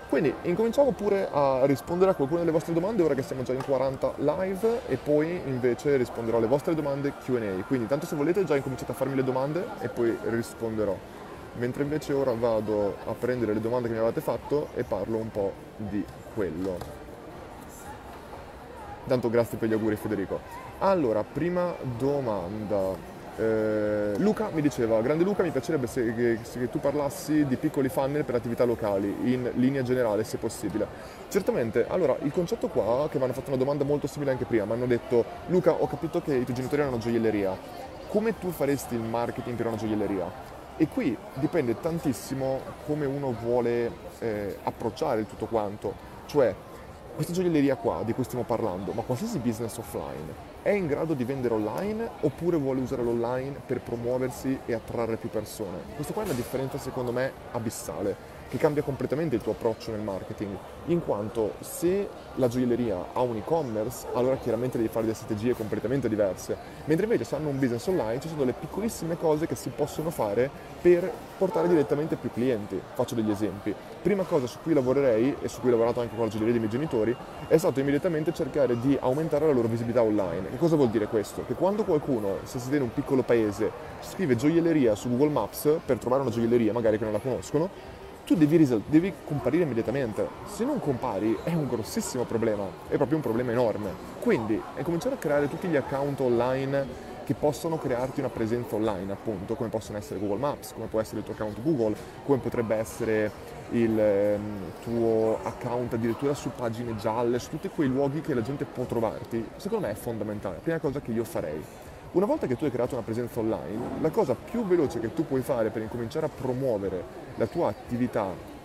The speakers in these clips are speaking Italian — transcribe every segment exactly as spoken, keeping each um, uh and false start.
Quindi incominciamo pure a rispondere a qualcuna delle vostre domande ora che siamo già in quaranta live e poi invece risponderò alle vostre domande Q and A. Quindi intanto se volete già incominciate a farmi le domande e poi risponderò. Mentre invece ora vado a prendere le domande che mi avete fatto e parlo un po' di quello. Intanto grazie per gli auguri Federico. Allora, prima domanda. Eh, Luca mi diceva, grande Luca, mi piacerebbe se, che, se che tu parlassi di piccoli funnel per attività locali, in linea generale se possibile. Certamente, allora il concetto qua, che mi hanno fatto una domanda molto simile anche prima, mi hanno detto, Luca, ho capito che i tuoi genitori hanno una gioielleria, come tu faresti il marketing per una gioielleria? E qui dipende tantissimo come uno vuole eh, approcciare il tutto quanto, cioè questa gioielleria qua di cui stiamo parlando, ma qualsiasi business offline, è in grado di vendere online oppure vuole usare l'online per promuoversi e attrarre più persone? Questa qua è una differenza secondo me abissale, che cambia completamente il tuo approccio nel marketing, in quanto se la gioielleria ha un e-commerce, allora chiaramente devi fare delle strategie completamente diverse, mentre invece se hanno un business online ci sono delle piccolissime cose che si possono fare per portare direttamente più clienti. Faccio degli esempi. Prima cosa su cui lavorerei, e su cui ho lavorato anche con la gioielleria dei miei genitori, è stato immediatamente cercare di aumentare la loro visibilità online. Che cosa vuol dire questo? Che quando qualcuno, se siete in un piccolo paese, scrive gioielleria su Google Maps per trovare una gioielleria, magari che non la conoscono, tu devi, risal- devi comparire immediatamente. Se non compari è un grossissimo problema, è proprio un problema enorme. Quindi è cominciare a creare tutti gli account online che possono crearti una presenza online, appunto, come possono essere Google Maps, come può essere il tuo account Google, come potrebbe essere il ehm, tuo account addirittura su pagine gialle, su tutti quei luoghi che la gente può trovarti. Secondo me è fondamentale, la prima cosa che io farei. Una volta che tu hai creato una presenza online, la cosa più veloce che tu puoi fare per incominciare a promuovere la tua attività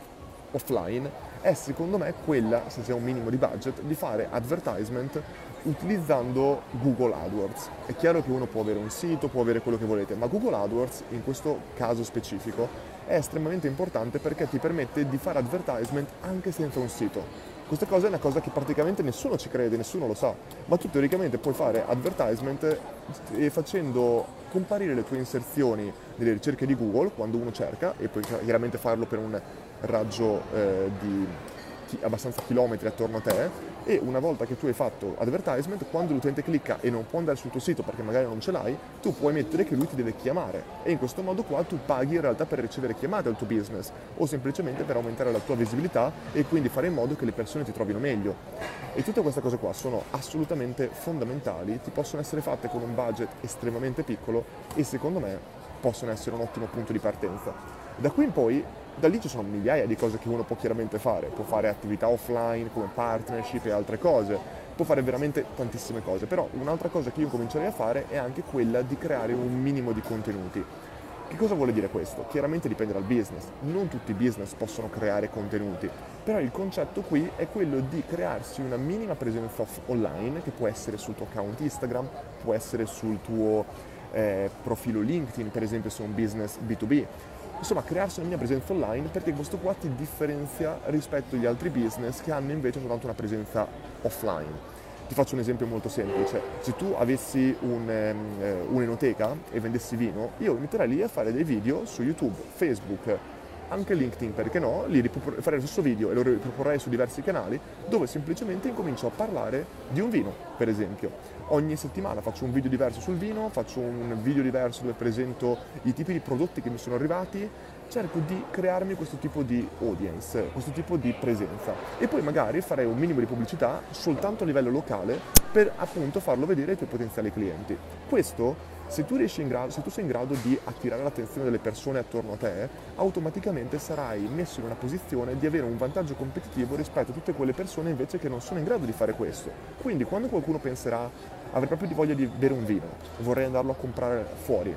offline è secondo me quella, se c'è un minimo di budget, di fare advertisement utilizzando Google AdWords. È chiaro che uno può avere un sito, può avere quello che volete, ma Google AdWords in questo caso specifico è estremamente importante perché ti permette di fare advertisement anche senza un sito. Questa cosa è una cosa che praticamente nessuno ci crede, nessuno lo sa, ma tu teoricamente puoi fare advertisement e facendo comparire le tue inserzioni nelle ricerche di Google quando uno cerca, e puoi chiaramente farlo per un raggio eh, di chi- abbastanza chilometri attorno a te, e una volta che tu hai fatto advertisement, quando l'utente clicca e non può andare sul tuo sito perché magari non ce l'hai, tu puoi mettere che lui ti deve chiamare, e in questo modo qua tu paghi in realtà per ricevere chiamate al tuo business o semplicemente per aumentare la tua visibilità e quindi fare in modo che le persone ti trovino meglio. E tutte queste cose qua sono assolutamente fondamentali, ti possono essere fatte con un budget estremamente piccolo e secondo me possono essere un ottimo punto di partenza. Da qui in poi, da lì ci sono migliaia di cose che uno può chiaramente fare, può fare attività offline come partnership e altre cose, può fare veramente tantissime cose, però un'altra cosa che io comincerei a fare è anche quella di creare un minimo di contenuti. Che cosa vuole dire questo? Chiaramente dipende dal business, non tutti i business possono creare contenuti, però il concetto qui è quello di crearsi una minima presenza off- online, che può essere sul tuo account Instagram, può essere sul tuo eh, profilo LinkedIn, per esempio se è un business B due B. Insomma, crearsi una mia presenza online, perché questo qua ti differenzia rispetto agli altri business che hanno invece soltanto una presenza offline. Ti faccio un esempio molto semplice: se tu avessi un, ehm, eh, un'enoteca e vendessi vino, io mi metterei lì a fare dei video su YouTube, Facebook, anche LinkedIn, perché no, li ripropor- farei lo stesso video e lo riproporrei su diversi canali, dove semplicemente incomincio a parlare di un vino, per esempio. Ogni settimana faccio un video diverso sul vino, faccio un video diverso dove presento i tipi di prodotti che mi sono arrivati, cerco di crearmi questo tipo di audience, questo tipo di presenza, e poi magari farei un minimo di pubblicità soltanto a livello locale per appunto farlo vedere ai tuoi potenziali clienti. Questo, se tu, riesci in grado, se tu sei in grado di attirare l'attenzione delle persone attorno a te, automaticamente sarai messo in una posizione di avere un vantaggio competitivo rispetto a tutte quelle persone invece che non sono in grado di fare questo. Quindi quando qualcuno penserà, avrei proprio di voglia di bere un vino, vorrei andarlo a comprare fuori,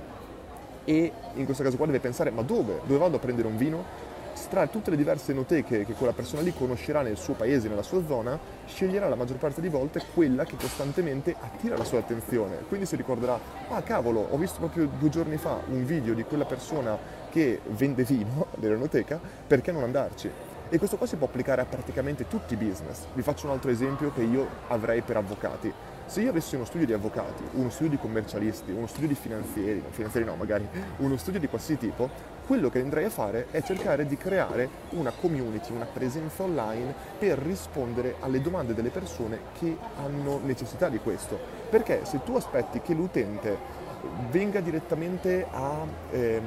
e in questo caso qua deve pensare: ma dove? Dove vado a prendere un vino? Tra tutte le diverse enoteche che quella persona lì conoscerà nel suo paese, nella sua zona, sceglierà la maggior parte di volte quella che costantemente attira la sua attenzione. Quindi si ricorderà: ah cavolo, ho visto proprio due giorni fa un video di quella persona che vende vino nell'enoteca, perché non andarci? E questo qua si può applicare a praticamente tutti i business. Vi faccio un altro esempio che io avrei per avvocati. Se io avessi uno studio di avvocati, uno studio di commercialisti, uno studio di finanzieri, no, finanzieri no magari, uno studio di qualsiasi tipo, quello che andrei a fare è cercare di creare una community, una presenza online per rispondere alle domande delle persone che hanno necessità di questo. Perché se tu aspetti che l'utente venga direttamente a... Ehm,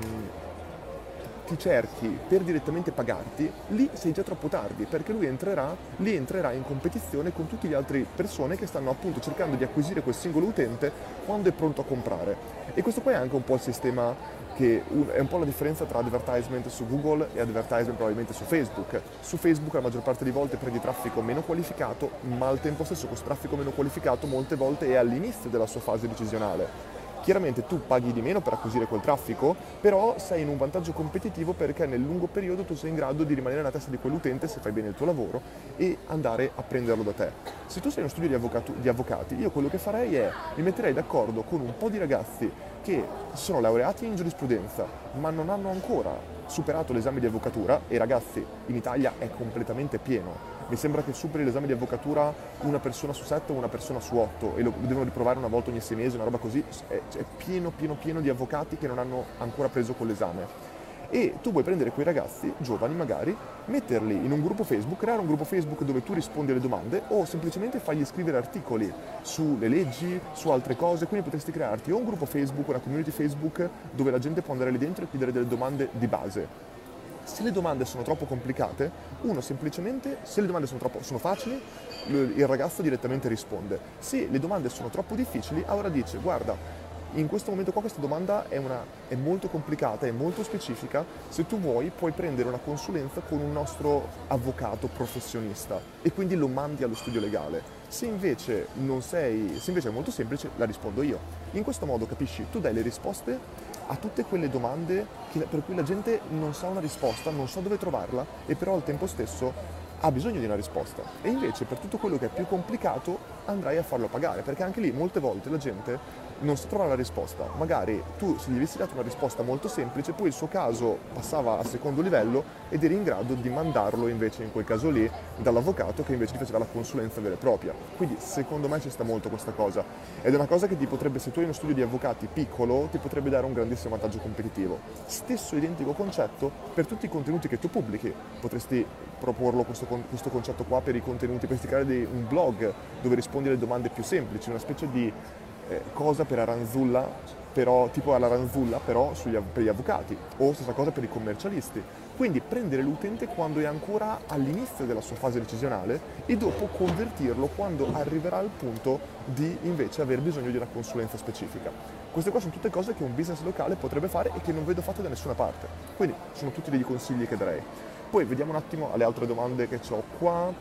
ti cerchi per direttamente pagarti, lì sei già troppo tardi, perché lui entrerà, lì entrerà in competizione con tutte le altre persone che stanno appunto cercando di acquisire quel singolo utente quando è pronto a comprare. E questo qua è anche un po' il sistema che è un po' la differenza tra advertisement su Google e advertisement probabilmente su Facebook. Su Facebook la maggior parte delle volte prendi traffico meno qualificato, ma al tempo stesso questo traffico meno qualificato molte volte è all'inizio della sua fase decisionale. Chiaramente tu paghi di meno per acquisire quel traffico, però sei in un vantaggio competitivo perché nel lungo periodo tu sei in grado di rimanere nella testa di quell'utente se fai bene il tuo lavoro e andare a prenderlo da te. Se tu sei in uno studio di, avvocato, di avvocati, io quello che farei è mi metterei d'accordo con un po' di ragazzi che sono laureati in giurisprudenza ma non hanno ancora superato l'esame di avvocatura, e ragazzi in Italia è completamente pieno. Mi sembra che superi l'esame di avvocatura una persona su sette o una persona su otto e lo devono riprovare una volta ogni sei mesi, una roba così. È, è pieno, pieno, pieno di avvocati che non hanno ancora preso quell'esame. E tu puoi prendere quei ragazzi, giovani magari, metterli in un gruppo Facebook, creare un gruppo Facebook dove tu rispondi alle domande o semplicemente fargli scrivere articoli sulle leggi, su altre cose. Quindi potresti crearti o un gruppo Facebook, una community Facebook dove la gente può andare lì dentro e chiedere delle domande di base. Se le domande sono troppo complicate, uno semplicemente, se le domande sono, troppo, sono facili, il ragazzo direttamente risponde. Se le domande sono troppo difficili, allora dice, guarda, in questo momento qua questa domanda è, una, è molto complicata, è molto specifica, se tu vuoi puoi prendere una consulenza con un nostro avvocato professionista e quindi lo mandi allo studio legale. Se invece, non sei, se invece è molto semplice, la rispondo io. In questo modo, capisci, tu dai le risposte a tutte quelle domande che, per cui la gente non sa una risposta, non sa dove trovarla e però al tempo stesso ha bisogno di una risposta. E invece per tutto quello che è più complicato andrai a farlo pagare, perché anche lì molte volte la gente non sa trovare la risposta. Magari tu se gli avessi dato una risposta molto semplice, poi il suo caso passava a secondo livello ed eri in grado di mandarlo invece in quel caso lì dall'avvocato che invece ti faceva la consulenza vera e propria. Quindi secondo me ci sta molto questa cosa. Ed è una cosa che ti potrebbe, se tu hai uno studio di avvocati piccolo, ti potrebbe dare un grandissimo vantaggio competitivo. Stesso identico concetto per tutti i contenuti che tu pubblichi. Potresti proporlo questo, questo concetto qua per i contenuti, potresti creare dei, un blog dove rispondi alle domande più semplici, una specie di eh, cosa per Aranzulla, però, tipo alla Ranzulla però sugli, per gli avvocati, o stessa cosa per i commercialisti. Quindi prendere l'utente quando è ancora all'inizio della sua fase decisionale e dopo convertirlo quando arriverà al punto di invece aver bisogno di una consulenza specifica. Queste qua sono tutte cose che un business locale potrebbe fare e che non vedo fatte da nessuna parte. Quindi sono tutti dei consigli che darei. Poi vediamo un attimo alle altre domande che ho qua.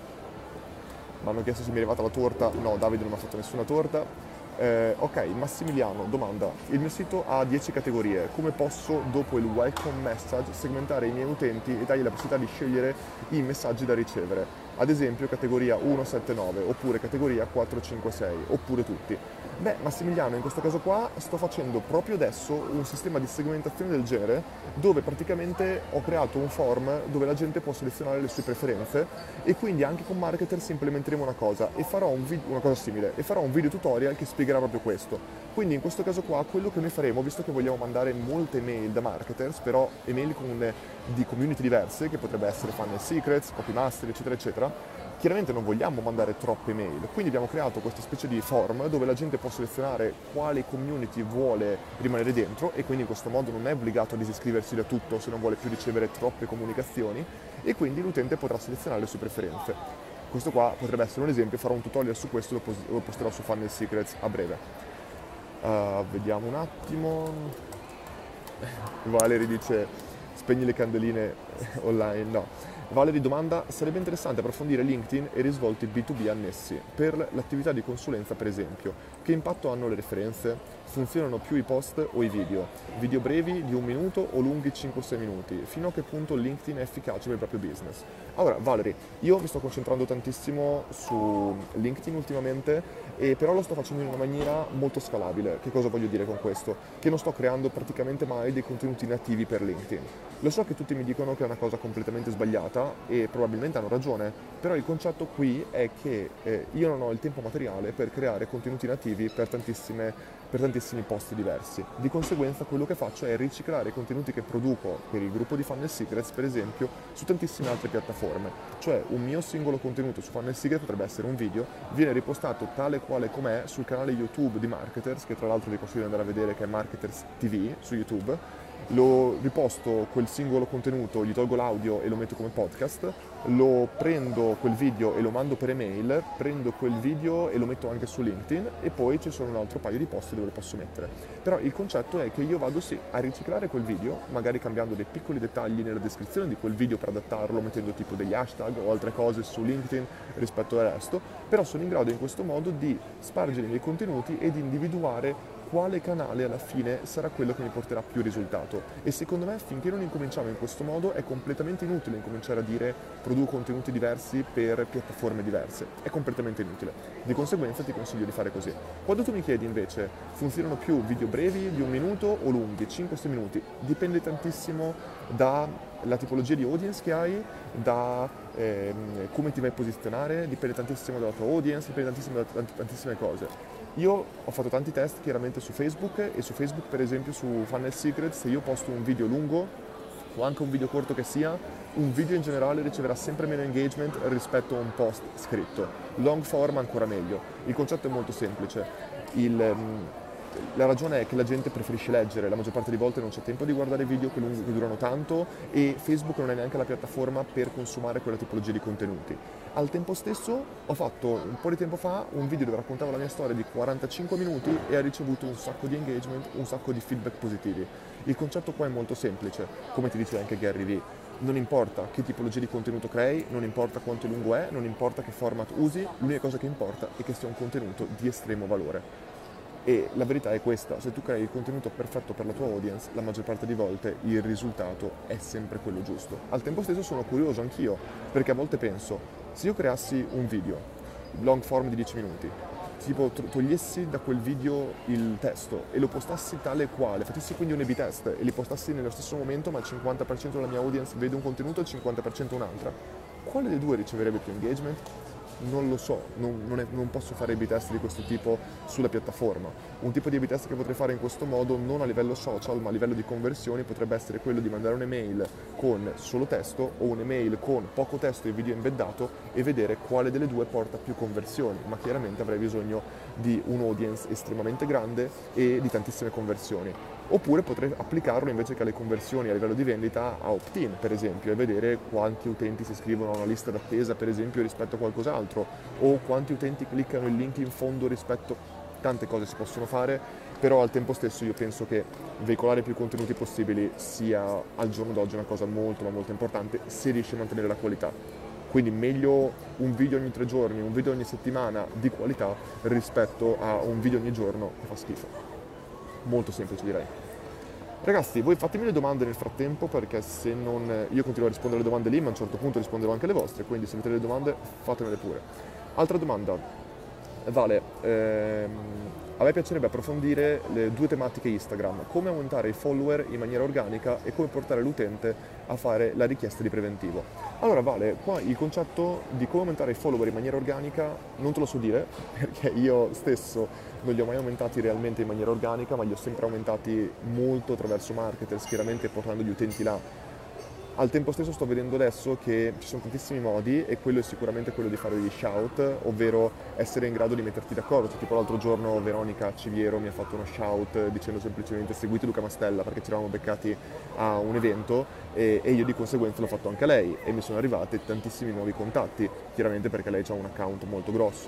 Mi hanno chiesto se mi è arrivata la torta. No, Davide non mi ha fatto nessuna torta. Eh, ok, Massimiliano, domanda. Il mio sito ha dieci categorie. Come posso, dopo il welcome message, segmentare i miei utenti e dargli la possibilità di scegliere i messaggi da ricevere? Ad esempio categoria uno sette nove, oppure categoria quattro cinque sei, oppure tutti. Beh, Massimiliano, in questo caso qua sto facendo proprio adesso un sistema di segmentazione del genere dove praticamente ho creato un form dove la gente può selezionare le sue preferenze e quindi anche con Marketers implementeremo una cosa e farò un video, una cosa simile e farò un video tutorial che spiegherà proprio questo. Quindi in questo caso qua quello che noi faremo, visto che vogliamo mandare molte mail da Marketers, però email con, di community diverse, che potrebbe essere Funnel Secrets, Copy Master, eccetera, eccetera, chiaramente non vogliamo mandare troppe mail, quindi abbiamo creato questa specie di form dove la gente può selezionare quale community vuole rimanere dentro e quindi in questo modo non è obbligato a disiscriversi da tutto se non vuole più ricevere troppe comunicazioni e quindi l'utente potrà selezionare le sue preferenze. Questo qua potrebbe essere un esempio, farò un tutorial su questo, lo, pos- lo posterò su Funnel Secrets a breve. Uh, vediamo un attimo. Valerie dice spegni le candeline online. No. Valerie domanda: sarebbe interessante approfondire LinkedIn e i risvolti B due B annessi per l'attività di consulenza, per esempio. Che impatto hanno le referenze? funzionano più i post o i video, video brevi di un minuto o lunghi cinque sei minuti, fino a che punto LinkedIn è efficace per il proprio business. Allora Valerie, io mi sto concentrando tantissimo su LinkedIn ultimamente, e però lo sto facendo in una maniera molto scalabile. Che cosa voglio dire con questo? Che non sto creando praticamente mai dei contenuti nativi per LinkedIn. Lo so che tutti mi dicono che è una cosa completamente sbagliata e probabilmente hanno ragione, però il concetto qui è che eh, io non ho il tempo materiale per creare contenuti nativi per tantissime per tantissimi posti diversi. Di conseguenza quello che faccio è riciclare i contenuti che produco per il gruppo di Funnel Secrets, per esempio, su tantissime altre piattaforme. Cioè un mio singolo contenuto su Funnel Secrets potrebbe essere un video, viene ripostato tale quale com'è sul canale YouTube di Marketers, che tra l'altro vi consiglio di andare a vedere, che è Marketers T V su YouTube. Lo riposto quel singolo contenuto, gli tolgo l'audio e lo metto come podcast, lo prendo quel video e lo mando per email, prendo quel video e lo metto anche su LinkedIn, e poi ci sono un altro paio di posti dove lo posso mettere. Però il concetto è che io vado sì a riciclare quel video, magari cambiando dei piccoli dettagli nella descrizione di quel video per adattarlo, mettendo tipo degli hashtag o altre cose su LinkedIn rispetto al resto, però sono in grado in questo modo di spargere i miei contenuti e di individuare quale canale alla fine sarà quello che mi porterà più risultato. E secondo me, finché non incominciamo in questo modo, è completamente inutile incominciare a dire produco contenuti diversi per piattaforme diverse. È completamente inutile. Di conseguenza ti consiglio di fare così. Quando tu mi chiedi invece funzionano più video brevi di un minuto o lunghi, cinque sei minuti, dipende tantissimo dalla tipologia di audience che hai, da ehm, come ti vai a posizionare, dipende tantissimo dalla tua audience, dipende tantissimo da tant- tantissime cose. Io ho fatto tanti test chiaramente su Facebook, e su Facebook per esempio su Funnel Secrets, se io posto un video lungo o anche un video corto che sia, un video in generale riceverà sempre meno engagement rispetto a un post scritto. Long form ancora meglio. Il concetto è molto semplice. Il, La ragione è che la gente preferisce leggere, la maggior parte delle volte non c'è tempo di guardare video che, lunghi, che durano tanto, e Facebook non è neanche la piattaforma per consumare quella tipologia di contenuti. Al tempo stesso ho fatto un po' di tempo fa un video dove raccontavo la mia storia di quarantacinque minuti e ha ricevuto un sacco di engagement, un sacco di feedback positivi. Il concetto qua è molto semplice, come ti dice anche Gary Vee. Non importa che tipologia di contenuto crei, non importa quanto lungo è, non importa che format usi, l'unica cosa che importa è che sia un contenuto di estremo valore. E la verità è questa: se tu crei il contenuto perfetto per la tua audience, la maggior parte di volte il risultato è sempre quello giusto. Al tempo stesso sono curioso anch'io, perché a volte penso, se io creassi un video long form di dieci minuti, tipo togliessi da quel video il testo e lo postassi tale e quale, facessi quindi un A B test e li postassi nello stesso momento, ma il cinquanta per cento della mia audience vede un contenuto e il cinquanta per cento un'altra, quale dei due riceverebbe più engagement? Non lo so, non, non, è, non posso fare A B test di questo tipo sulla piattaforma. Un tipo di A B test che potrei fare in questo modo, non a livello social ma a livello di conversioni, potrebbe essere quello di mandare un'email con solo testo o un'email con poco testo e video embeddato e vedere quale delle due porta più conversioni, ma chiaramente avrei bisogno di un audience estremamente grande e di tantissime conversioni. Oppure potrei applicarlo invece che alle conversioni a livello di vendita a opt-in, per esempio, e vedere quanti utenti si iscrivono a una lista d'attesa, per esempio, rispetto a qualcos'altro, o quanti utenti cliccano il link in fondo rispetto. Tante cose si possono fare, però al tempo stesso io penso che veicolare più contenuti possibili sia al giorno d'oggi una cosa molto ma molto importante se riesci a mantenere la qualità. Quindi meglio un video ogni tre giorni, un video ogni settimana di qualità rispetto a un video ogni giorno che fa schifo. Molto semplice, direi. Ragazzi, voi fatemi le domande nel frattempo, perché se non io continuo a rispondere alle domande lì, ma a un certo punto risponderò anche alle vostre, quindi se avete le domande fatemele pure. Altra domanda. Vale, ehm, a me piacerebbe approfondire le due tematiche Instagram: come aumentare i follower in maniera organica e come portare l'utente a fare la richiesta di preventivo. Allora Vale, qua il concetto di come aumentare i follower in maniera organica non te lo so dire, perché io stesso non li ho mai aumentati realmente in maniera organica, ma li ho sempre aumentati molto attraverso marketers, chiaramente portando gli utenti là. Al tempo stesso sto vedendo adesso che ci sono tantissimi modi, e quello è sicuramente quello di fare degli shout, ovvero essere in grado di metterti d'accordo. Cioè, tipo l'altro giorno Veronica Civiero mi ha fatto uno shout dicendo semplicemente seguite Luca Mastella, perché ci eravamo beccati a un evento e, e io di conseguenza l'ho fatto anche a lei, e mi sono arrivati tantissimi nuovi contatti, chiaramente perché lei ha un account molto grosso.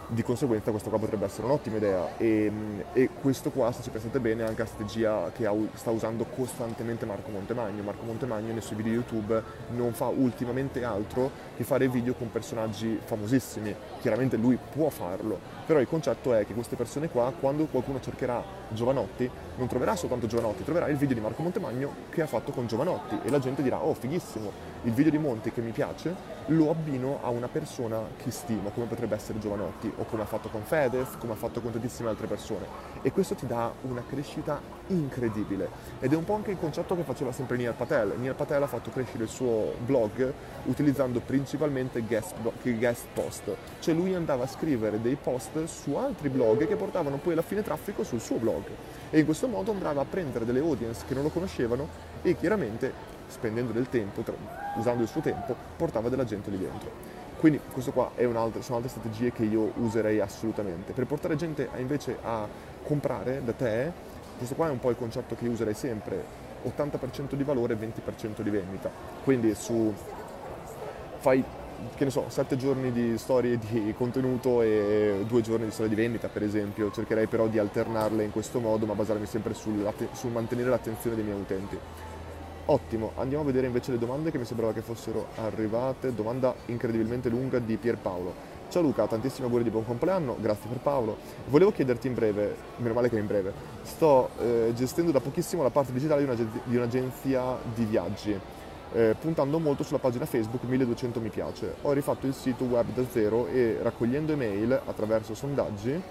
Di conseguenza questa qua potrebbe essere un'ottima idea e, e questo qua, se ci pensate bene, è anche la strategia che ha, sta usando costantemente Marco Montemagno. Marco Montemagno nei suoi video YouTube non fa ultimamente altro che fare video con personaggi famosissimi. Chiaramente lui può farlo, però il concetto è che queste persone qua, quando qualcuno cercherà Giovanotti, non troverà soltanto Giovanotti, troverà il video di Marco Montemagno che ha fatto con Giovanotti e la gente dirà: oh, fighissimo, il video di Monti che mi piace lo abbino a una persona che stimo, come potrebbe essere Giovanotti, o come ha fatto con Fedez, come ha fatto con tantissime altre persone. E questo ti dà una crescita incredibile. Ed è un po' anche il concetto che faceva sempre Neil Patel. Neil Patel ha fatto crescere il suo blog utilizzando principalmente guest, guest post. Cioè lui andava a scrivere dei post su altri blog che portavano poi alla fine traffico sul suo blog. E in questo modo andava a prendere delle audience che non lo conoscevano e chiaramente, spendendo del tempo, tra, usando il suo tempo, portava della gente lì dentro. Quindi questo qua è un'altra, sono altre strategie che io userei assolutamente. Per portare gente a, invece a comprare da te, questo qua è un po' il concetto che io userei sempre: ottanta per cento di valore, venti per cento di vendita. Quindi su fai, che ne so, sette giorni di storie di contenuto e due giorni di storie di vendita, per esempio. Cercherei però di alternarle in questo modo, ma basarmi sempre sul, sul mantenere l'attenzione dei miei utenti. Ottimo, andiamo a vedere invece le domande che mi sembrava che fossero arrivate. Domanda incredibilmente lunga di Pierpaolo. Ciao Luca, tantissimi auguri di buon compleanno, grazie per Paolo. Volevo chiederti in breve, meno male che è in breve, sto eh, gestendo da pochissimo la parte digitale di, un'agenzia di, un'agenzia di viaggi, eh, puntando molto sulla pagina Facebook, milleduecento mi piace. Ho rifatto il sito web da zero e raccogliendo email attraverso sondaggi,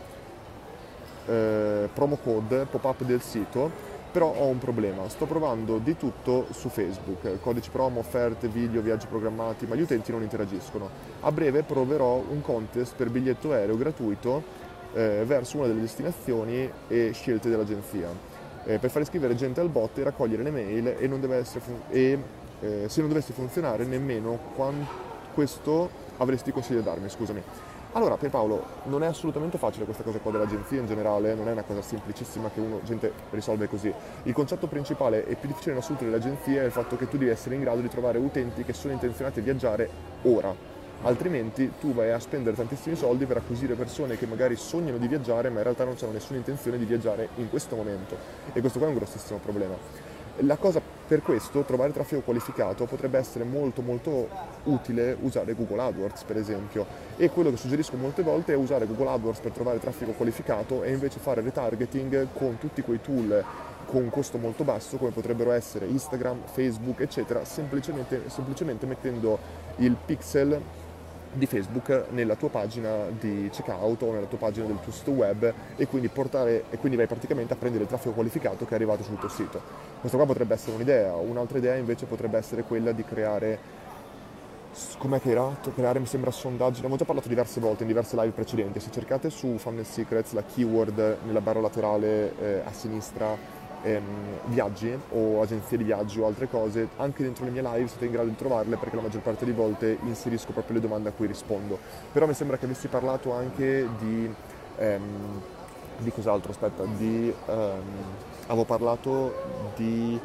eh, promo code, pop-up del sito. Però ho un problema, sto provando di tutto su Facebook, codici promo, offerte, video, viaggi programmati, ma gli utenti non interagiscono. A breve proverò un contest per biglietto aereo gratuito eh, verso una delle destinazioni e scelte dell'agenzia, eh, per far iscrivere gente al bot e raccogliere le mail e, non deve essere fun- e eh, se non dovesse funzionare nemmeno quando questo avresti consiglio di darmi, scusami. Allora, Pierpaolo, non è assolutamente facile questa cosa qua dell'agenzia in generale, non è una cosa semplicissima che uno, gente risolve così. Il concetto principale e più difficile in assoluto delle agenzie è il fatto che tu devi essere in grado di trovare utenti che sono intenzionati a viaggiare ora. Altrimenti tu vai a spendere tantissimi soldi per acquisire persone che magari sognano di viaggiare, ma in realtà non hanno nessuna intenzione di viaggiare in questo momento. E questo qua è un grossissimo problema. La cosa per questo, trovare traffico qualificato, potrebbe essere molto molto utile usare Google AdWords, per esempio, e quello che suggerisco molte volte è usare Google AdWords per trovare traffico qualificato e invece fare retargeting con tutti quei tool con un costo molto basso, come potrebbero essere Instagram, Facebook, eccetera, semplicemente, semplicemente mettendo il pixel di Facebook nella tua pagina di checkout o nella tua pagina del tuo sito web e quindi, portare, e quindi vai praticamente a prendere il traffico qualificato che è arrivato sul tuo sito. Questa qua potrebbe essere un'idea. Un'altra idea invece potrebbe essere quella di creare, com'è che era? Creare, mi sembra, sondaggi, ne abbiamo già parlato diverse volte in diverse live precedenti. Se cercate su Funnel Secrets la keyword nella barra laterale eh, a sinistra ehm, viaggi o agenzie di viaggio o altre cose, anche dentro le mie live siete in grado di trovarle, perché la maggior parte delle volte inserisco proprio le domande a cui rispondo. Però mi sembra che avessi parlato anche di ehm, di cos'altro, aspetta, di ehm, avevo parlato di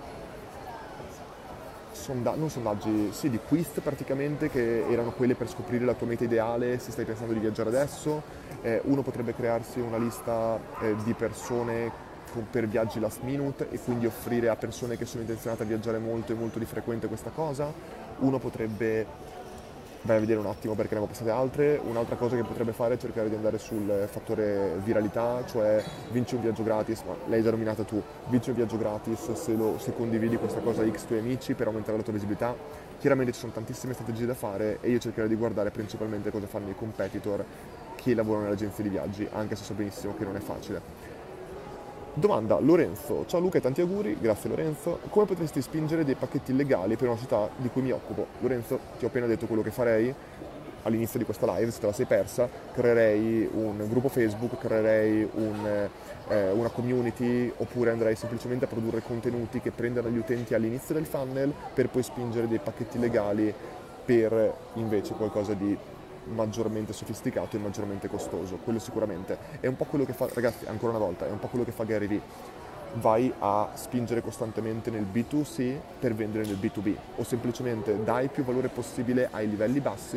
sonda- non sondaggi, sì, di quiz praticamente, che erano quelle per scoprire la tua meta ideale se stai pensando di viaggiare adesso. Eh, uno potrebbe crearsi una lista eh, di persone con- per viaggi last minute e quindi offrire a persone che sono intenzionate a viaggiare molto e molto di frequente questa cosa. Uno potrebbe, vai a vedere un attimo perché ne avevo passate altre. Un'altra cosa che potrebbe fare è cercare di andare sul fattore viralità, cioè vinci un viaggio gratis, ma l'hai già nominata tu, vinci un viaggio gratis se, lo, se condividi questa cosa X tuoi amici per aumentare la tua visibilità. Chiaramente ci sono tantissime strategie da fare e io cercherò di guardare principalmente cosa fanno i competitor che lavorano nelle agenzie di viaggi, anche se so benissimo che non è facile. Domanda Lorenzo: ciao Luca e tanti auguri, grazie Lorenzo. Come potresti spingere dei pacchetti illegali per una società di cui mi occupo? Lorenzo, ti ho appena detto quello che farei all'inizio di questa live, se te la sei persa. Creerei un gruppo Facebook, creerei un, eh, una community, oppure andrei semplicemente a produrre contenuti che prendano gli utenti all'inizio del funnel per poi spingere dei pacchetti legali per invece qualcosa di maggiormente sofisticato e maggiormente costoso. Quello sicuramente è un po' quello che fa, ragazzi, ancora una volta, è un po' quello che fa Gary Vee. Vai a spingere costantemente nel B due C per vendere nel B due B, o semplicemente dai più valore possibile ai livelli bassi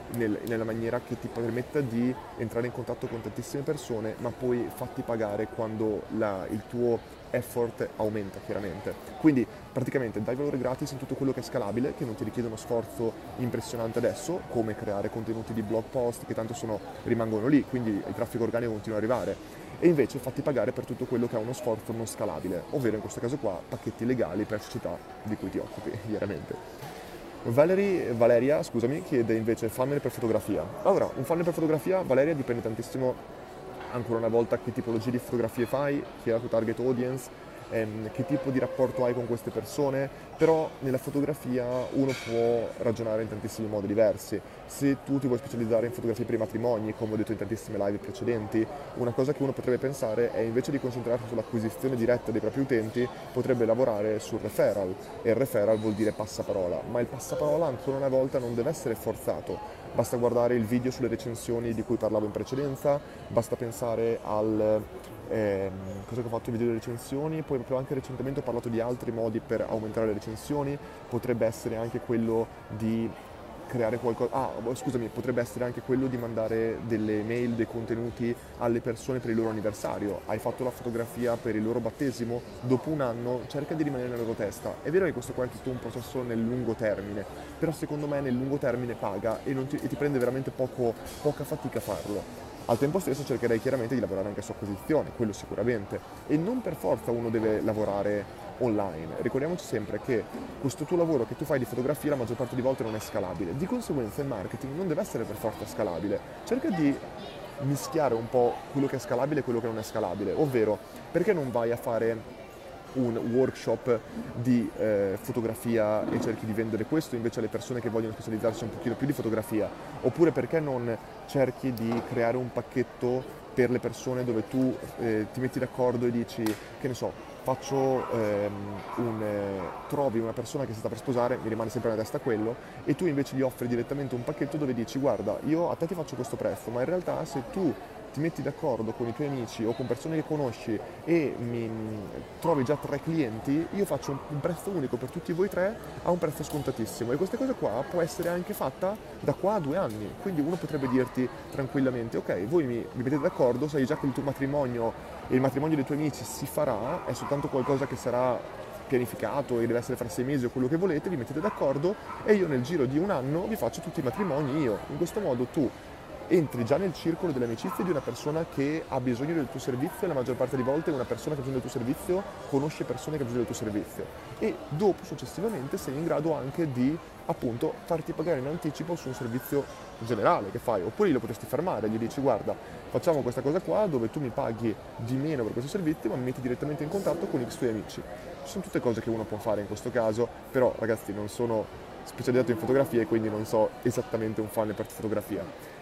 nel- nella maniera che ti permetta di entrare in contatto con tantissime persone, ma poi fatti pagare quando la- il tuo effort aumenta chiaramente. Quindi praticamente dai valore gratis in tutto quello che è scalabile, che non ti richiede uno sforzo impressionante adesso, come creare contenuti di blog post che tanto sono, rimangono lì, quindi il traffico organico continua ad arrivare. E invece fatti pagare per tutto quello che ha uno sforzo non scalabile, ovvero in questo caso qua pacchetti legali per società di cui ti occupi, chiaramente. Valerie- Valeria, scusami, chiede invece funnel per fotografia. Allora, un funnel per fotografia, Valeria, dipende tantissimo ancora una volta che tipologie di fotografie fai, chi è la tua target audience, ehm, che tipo di rapporto hai con queste persone, però nella fotografia uno può ragionare in tantissimi modi diversi. Se tu ti vuoi specializzare in fotografie per i matrimoni, come ho detto in tantissime live precedenti, una cosa che uno potrebbe pensare è invece di concentrarsi sull'acquisizione diretta dei propri utenti, potrebbe lavorare sul referral, e il referral vuol dire passaparola, ma il passaparola ancora una volta non deve essere forzato. Basta guardare il video sulle recensioni di cui parlavo in precedenza, basta pensare al ehm, cosa che ho fatto, i video delle recensioni, poi proprio anche recentemente ho parlato di altri modi per aumentare le recensioni, potrebbe essere anche quello di creare qualcosa, ah boh, scusami, potrebbe essere anche quello di mandare delle mail, dei contenuti alle persone per il loro anniversario. Hai fatto la fotografia per il loro battesimo? Dopo un anno cerca di rimanere nella loro testa. È vero che questo qua è tutto un processo nel lungo termine, però secondo me nel lungo termine paga e, non ti, e ti prende veramente poco, poca fatica farlo. Al tempo stesso cercherei chiaramente di lavorare anche su acquisizione, quello sicuramente, e non per forza uno deve lavorare online. Ricordiamoci sempre che questo tuo lavoro che tu fai di fotografia la maggior parte di volte non è scalabile, di conseguenza il marketing non deve essere per forza scalabile. Cerca di mischiare un po' quello che è scalabile e quello che non è scalabile, ovvero perché non vai a fare un workshop di eh, fotografia e cerchi di vendere questo invece alle persone che vogliono specializzarsi un pochino più di fotografia, oppure perché non cerchi di creare un pacchetto per le persone dove tu eh, ti metti d'accordo e dici, che ne so, faccio ehm, un, eh, trovi una persona che si sta per sposare, mi rimane sempre nella testa quello, e tu invece gli offri direttamente un pacchetto dove dici guarda, io a te ti faccio questo prezzo, ma in realtà se tu ti metti d'accordo con i tuoi amici o con persone che conosci e mi trovi già tre clienti, io faccio un, un prezzo unico per tutti voi tre a un prezzo scontatissimo, e questa cosa qua può essere anche fatta da qua a due anni, quindi uno potrebbe dirti tranquillamente ok, voi mi, mi mettete d'accordo, sai già che il tuo matrimonio e il matrimonio dei tuoi amici si farà, è soltanto qualcosa che sarà pianificato e deve essere fra sei mesi o quello che volete, vi mettete d'accordo e io nel giro di un anno vi faccio tutti i matrimoni io. In questo modo tu entri già nel circolo delle amicizie di una persona che ha bisogno del tuo servizio, e la maggior parte delle volte una persona che ha bisogno del tuo servizio conosce persone che hanno bisogno del tuo servizio, e dopo successivamente sei in grado anche di appunto farti pagare in anticipo su un servizio generale che fai, oppure lo potresti fermare, gli dici guarda, facciamo questa cosa qua dove tu mi paghi di meno per questo servizio ma mi metti direttamente in contatto con X tuoi amici. Ci sono tutte cose che uno può fare in questo caso, però ragazzi non sono specializzato in fotografia e quindi non so esattamente un funnel per fotografia.